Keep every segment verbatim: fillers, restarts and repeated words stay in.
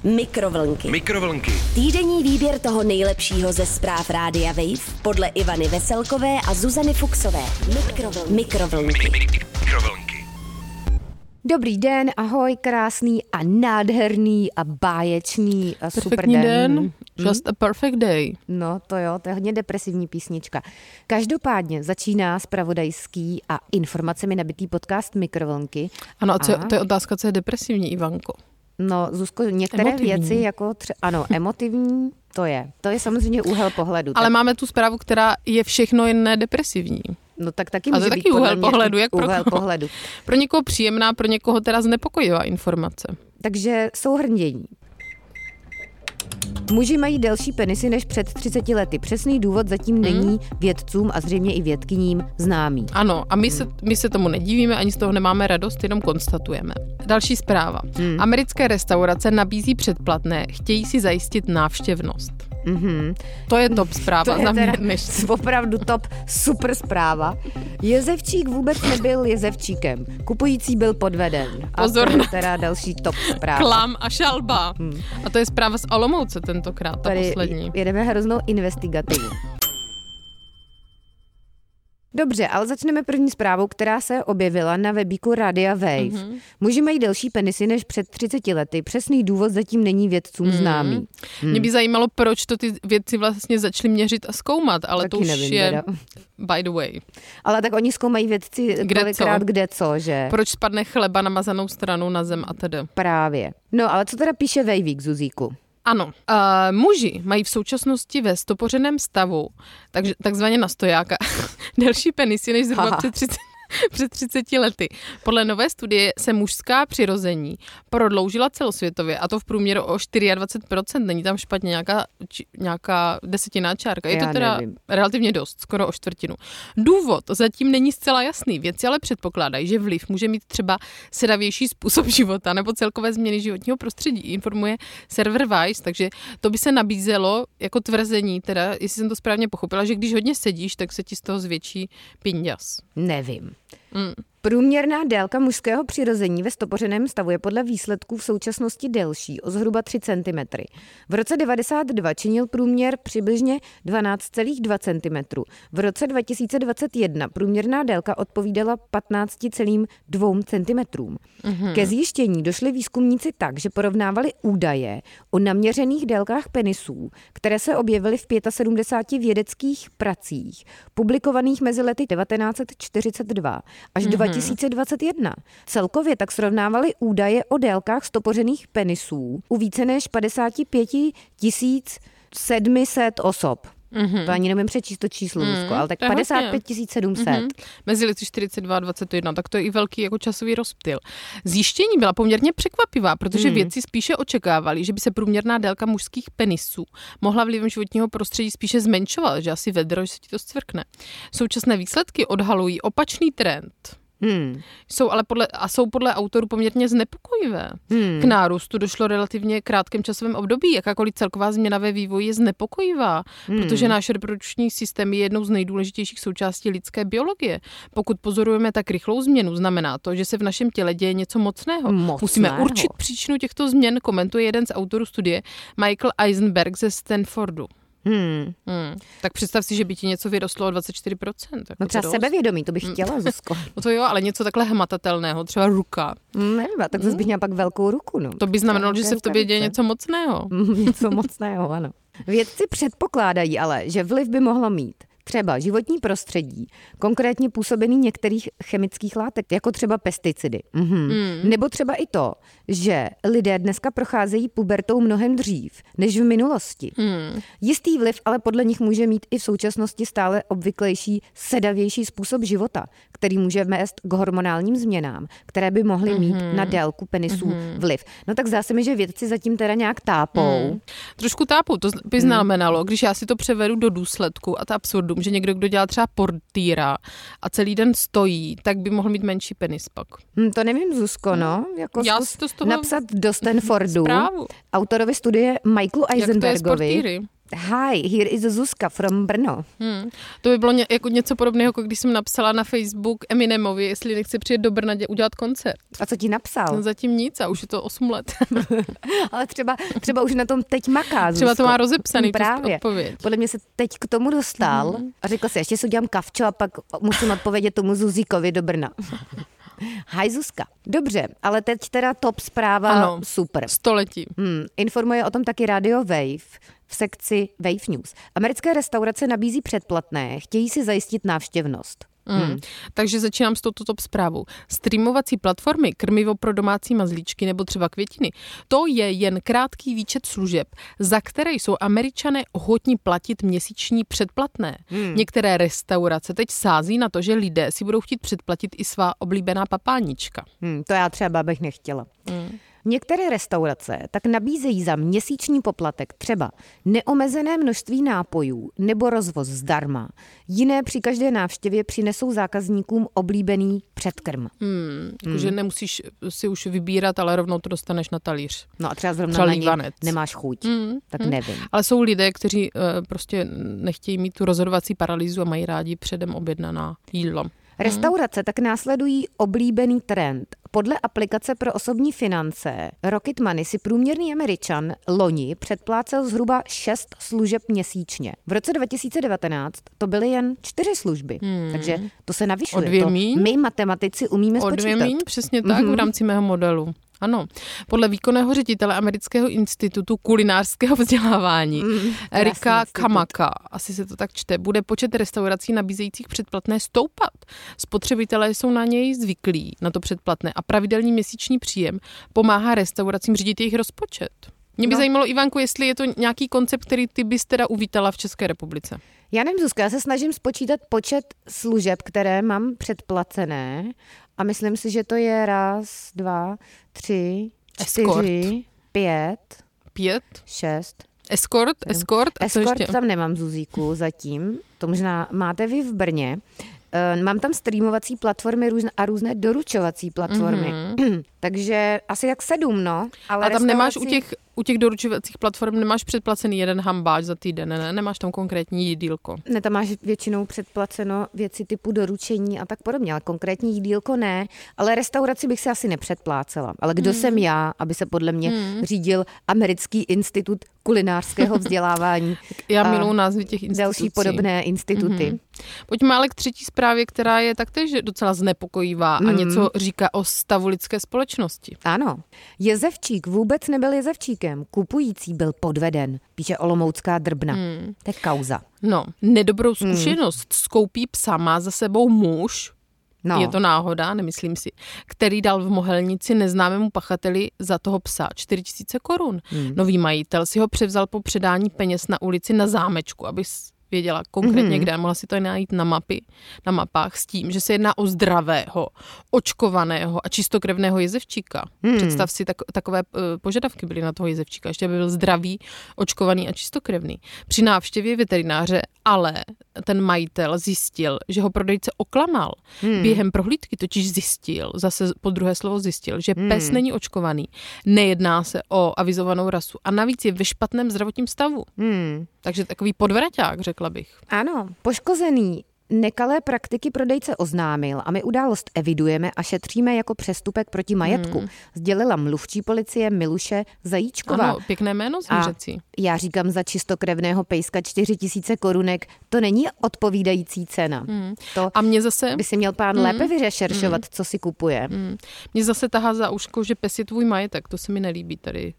Mikrovlnky. Mikrovlnky. Týdenní výběr toho nejlepšího ze zpráv Rádia Wave podle Ivany Veselkové a Zuzany Fuxové. Mikrovlnky. Mikrovlnky. Mikrovlnky. Dobrý den, ahoj, krásný a nádherný a báječný a super Perfektní den. den, just a perfect day. No to jo, to je hodně depresivní písnička. Každopádně začíná zpravodajský a informacemi nabitý podcast Mikrovlnky. Ano, a co, a... to je otázka, co je depresivní, Ivanko. No, Zuzko, některé emotivní. věci jako, tře- ano, emotivní, to je. To je samozřejmě úhel pohledu. Ale tak... máme tu zprávu, která je všechno jen ne depresivní. No tak taky a může to být taky podle úhel mě pohledu, jak úhel pro koho? pohledu. Pro někoho příjemná, pro někoho teda znepokojivá informace. Takže souhrnění. Muži mají delší penisy než před třiceti lety. Přesný důvod zatím není vědcům a zřejmě i vědkyním známý. Ano, a my se, my se tomu nedívíme, ani z toho nemáme radost, jenom konstatujeme. Další zpráva. Hmm. Americké restaurace nabízí předplatné, chtějí si zajistit návštěvnost. Mm-hmm. To je top zpráva. To je za mě teda dnešní. opravdu top, super zpráva. Jezevčík vůbec nebyl jezevčíkem. Kupující byl podveden. A Pozor to je na teda další top zpráva. Klam a šalba. Hmm. A to je zpráva z Olomouce tentokrát, ta Tady poslední. jedeme hroznou investigativu. Dobře, ale začneme první zprávou, která se objevila na webíku Radia Wave. Mm-hmm. Muži mají delší penisy než před třiceti lety. Přesný důvod zatím není vědcům mm-hmm. známý. Mm. Mě by zajímalo, proč to ty vědci vlastně začali měřit a zkoumat, ale Taky to už nevím, je teda. by the way. Ale tak oni zkoumají vědci Kde kolikrát co? kde co, že? Proč spadne chleba namazanou stranou na zem a tedy. Právě. No, ale co teda píše Waveík, Zuzíku? Ano, uh, muži mají v současnosti ve stopořeném stavu, takže takzvaně na stojáka, delší penisy než zhruba před třiceti před třiceti lety. Podle nové studie se mužská přirození prodloužila celosvětově, a to v průměru o dvacet čtyři procent. Není tam špatně nějaká, či, nějaká desetiná čárka. Je Já to teda nevím. relativně dost, skoro o čtvrtinu. Důvod zatím není zcela jasný. Vědci ale předpokládají, že vliv může mít třeba sedavější způsob života nebo celkové změny životního prostředí. Informuje server Vice, takže to by se nabízelo jako tvrzení, teda, jestli jsem to správně pochopila, že když hodně sedíš, tak se ti z toho zvětší pinďas. Nevím. Mm. Průměrná délka mužského přirození ve stopořeném stavu je podle výsledků v současnosti delší o zhruba tři centimetry. V roce devadesát dva činil průměr přibližně dvanáct celá dva centimetru. V roce dva tisíce dvacet jedna průměrná délka odpovídala patnáct celá dva centimetrům. Mm-hmm. Ke zjištění došli výzkumníci tak, že porovnávali údaje o naměřených délkách penisů, které se objevily v sedmdesát pěti vědeckých pracích, publikovaných mezi lety devatenáct set čtyřicet dva až mm-hmm. dva tisíce dvacet jedna. Celkově tak srovnávali údaje o délkách stopořených penisů u více než padesát pět tisíc sedm set osob. Mm-hmm. To ani nevím přečíst to číslo, mm, Zuzko, ale tak padesát pět tisíc sedm set. Mm-hmm. Mezi lety čtyřicet dva a dvacet jedna, tak to je i velký jako časový rozptyl. Zjištění byla poměrně překvapivá, protože mm. vědci spíše očekávali, že by se průměrná délka mužských penisů mohla vlivem životního prostředí spíše zmenšovat, že asi vedro, že se ti to zcvrkne. Současné výsledky odhalují opačný trend. Hmm. Jsou ale podle, a jsou podle autorů poměrně znepokojivé. Hmm. K nárůstu došlo relativně krátkém časovém období. Jakákoliv celková změna ve vývoji je znepokojivá, hmm. protože náš reprodukční systém je jednou z nejdůležitějších součástí lidské biologie. Pokud pozorujeme tak rychlou změnu, znamená to, že se v našem těle děje něco mocného. mocného. Musíme určit příčinu těchto změn, komentuje jeden z autorů studie, Michael Eisenberg ze Stanfordu. Hmm. Hmm. Tak představ si, že by ti něco vyrostlo o dvacet čtyři procent. Jako no třeba sebevědomí, to bych chtěla, Zuzko. No to jo, ale něco takhle hmatatelného, třeba ruka. Nevím, tak zase bych měla pak velkou ruku. No. To by znamenalo, že se v tobě děje něco mocného. Něco mocného, ano. Vědci předpokládají ale, že vliv by mohlo mít třeba životní prostředí, konkrétně působení některých chemických látek, jako třeba pesticidy. Mhm. Mm. Nebo třeba i to, že lidé dneska procházejí pubertou mnohem dřív, než v minulosti. Mm. Jistý vliv ale podle nich může mít i v současnosti stále obvyklejší, sedavější způsob života, který může vést k hormonálním změnám, které by mohly mm. mít na délku penisů mm. vliv. No tak zdá se mi, že vědci zatím teda nějak tápou. Mm. Trošku tápou, to by znamenalo, když já si to převedu do důsledku a to absurdum, že někdo, kdo dělá třeba portýra a celý den stojí, tak by mohl mít menší penis pak. Hmm, to nevím, Zuzko, no. Jako já si to z toho napsat do Stanfordu zprávu. Autorovi studie Michaelu Eisenbergovi. Hi, here is Zuzka from Brno. Hmm. To by bylo ně, jako něco podobného, jako když jsem napsala na Facebook Eminemovi, jestli nechce přijet do Brna udělat koncert. A co ti napsal? No zatím nic a už je to osm let. Ale třeba, třeba už na tom teď maká, Zuzko. Třeba to má rozepsaný, právě. Odpověď. Podle mě se teď k tomu dostal hmm. a řekl si, ještě si udělám kavčo a pak musím odpovědět tomu Zuzíkovi do Brna. Hi Zuzka. Dobře, ale teď teda top zpráva, ano, super. Století. Hmm, informuje o tom taky Radio Wave v sekci Wave News. Americké restaurace nabízí předplatné, chtějí si zajistit návštěvnost. Mm. Hmm. Takže začínám s touto top zprávou. Streamovací platformy, krmivo pro domácí mazlíčky nebo třeba květiny, to je jen krátký výčet služeb, za které jsou Američané ochotní platit měsíční předplatné. Hmm. Některé restaurace teď sází na to, že lidé si budou chtít předplatit i svá oblíbená papánička. Hmm, to já třeba bych nechtěla. Hmm. Některé restaurace tak nabízejí za měsíční poplatek třeba neomezené množství nápojů nebo rozvoz zdarma. Jiné při každé návštěvě přinesou zákazníkům oblíbený předkrm. Hmm, takže hmm. nemusíš si už vybírat, ale rovnou to dostaneš na talíř. No a třeba zrovna třeba na ně nemáš chuť, hmm. tak hmm. nevím. Ale jsou lidé, kteří uh, prostě nechtějí mít tu rozhodovací paralýzu a mají rádi předem objednaná jídlo. Restaurace tak následují oblíbený trend. Podle aplikace pro osobní finance Rocket Money si průměrný Američan loni předplácel zhruba šest služeb měsíčně. V roce dva tisíce devatenáct to byly jen čtyři služby, hmm. takže to se navyšuje. O dvě míň? My matematici umíme spočítat. O dvě míň, přesně tak, mm-hmm. v rámci mého modelu. Ano, podle výkonného ředitele Amerického institutu kulinářského vzdělávání mm, Erika Kamaka, asi se to tak čte, bude počet restaurací nabízejících předplatné stoupat. Spotřebitelé jsou na něj zvyklí, na to předplatné, a pravidelný měsíční příjem pomáhá restauracím řídit jejich rozpočet. Mě by no. zajímalo, Ivanko, jestli je to nějaký koncept, který ty bys teda uvítala v České republice. Já nevím, Zuzka, já se snažím spočítat počet služeb, které mám předplacené, a myslím si, že to je raz, dva, tři, čtyři, pět, pět, šest. Escort, escort. Escort tam nemám, Zuzíku, zatím. To možná máte vy v Brně. Mám tam streamovací platformy a různé doručovací platformy. Mm-hmm. Takže asi jak sedm, no. Ale a tam restaurací... nemáš u těch, u těch doručovacích platform, nemáš předplacený jeden hambáč za týden, ne, ne? Nemáš tam konkrétní jídílko. Ne, tam máš většinou předplaceno věci typu doručení a tak podobně, ale konkrétní jídílko ne. Ale restauraci bych si asi nepředplácela. Ale kdo mm. jsem já, aby se podle mě mm. řídil Americký institut kulinářského vzdělávání. Já miluji názvy těch institucí. Další podobné instituty. Mm. Pojďme ale k třetí zprávě, která je taktéž docela znepokojivá mm. a něco říká o stavu lidské společnosti. Ano. Jezevčík vůbec nebyl jezevčíkem. Kupující byl podveden, píše olomoucká Drbna. Mm. To je kauza. No, nedobrou zkušenost mm. s koupí psa má za sebou muž, no. je to náhoda, nemyslím si, který dal v Mohelnici neznámému pachateli za toho psa čtyři tisíce korun. Mm. Nový majitel si ho převzal po předání peněz na ulici na Zámečku, aby věděla konkrétně, mm-hmm. kde, mohla si to najít na mapy, na mapách s tím, že se jedná o zdravého, očkovaného a čistokrevného jezevčíka. Mm. Představ si, tak, takové uh, požadavky byly na toho jezevčíka, ještě aby byl zdravý, očkovaný a čistokrevný. Při návštěvě veterináře ale ten majitel zjistil, že ho prodejce oklamal. Mm. Během prohlídky totiž zjistil, zase po druhé slovo zjistil, že mm. pes není očkovaný, nejedná se o avizovanou rasu a navíc je ve špatném zdravotním stavu. Mm. Takže takový podvraťák, řekla bych. Ano, poškozený nekalé praktiky prodejce oznámil a my událost evidujeme a šetříme jako přestupek proti majetku. Hmm. Sdělila mluvčí policie Miluše Zajíčková. Ano, pěkné jméno zvířecí. Já říkám, za čistokrevného pejska čtyři tisíce korunek, to není odpovídající cena. Hmm. To a mě zase by si měl pán hmm. lépe vyřešeršovat, hmm. co si kupuje. Hmm. Mě zase tahá za uško, že pes je tvůj majetek, to se mi nelíbí tady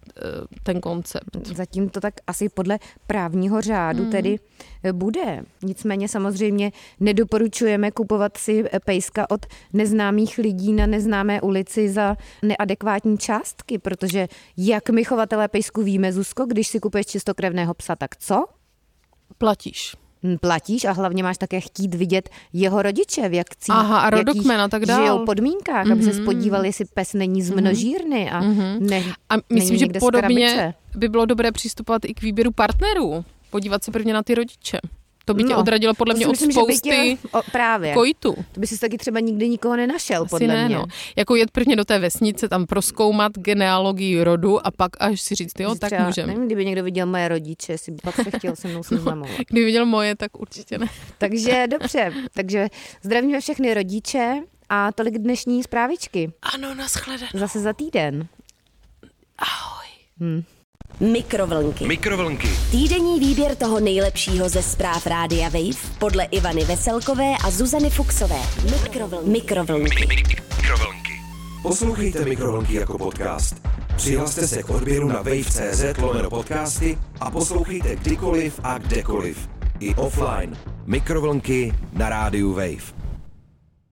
ten koncept. Zatím to tak asi podle právního řádu hmm. tedy bude. Nicméně samozřejmě nedoporučujeme kupovat si pejska od neznámých lidí na neznámé ulici za neadekvátní částky, protože jak my chovatelé pejsku víme, Zuzko, když si kupuješ čistokrevného psa, tak co? Platíš. Platíš a hlavně máš také chtít vidět jeho rodiče, v jakých, Aha, a rodokmen a tak dál. žijou podmínkách, mm-hmm. aby se spodívali, jestli pes není z množírny a, mm-hmm. ne, a myslím, že podobně by bylo dobré přistupovat i k výběru partnerů. Podívat se prvně na ty rodiče. To by tě No, odradilo podle to mě si od myslím, že by spousty tě- o, právě. kojitu. To by si taky třeba nikdy nikoho nenašel, Asi podle ne, mě. no. Jako jet prvně do té vesnice, tam prozkoumat genealogii rodu a pak až si říct, jo, Že tak třeba, můžem. Nevím, kdyby někdo viděl moje rodiče, jestli by pak se chtěl se mnou seznamovat. Kdyby viděl moje, tak určitě ne. Takže dobře, takže zdravíme všechny rodiče a tolik dnešní zprávičky. Ano, nashledanou. Zase za týden. Ahoj. Hm. Mikrovlnky. Mikrovlnky. Týdenní výběr toho nejlepšího ze zpráv Rádia Wave podle Ivany Veselkové a Zuzany Fuxové. Mikrovlnky. Mikrovlnky. Mikrovlnky. Poslouchejte Mikrovlnky jako podcast. Přihlaste se k odběru na wave tečka cz lomeno podcasty a poslouchejte kdykoliv a kdekoliv. I offline. Mikrovlnky na rádiu Wave.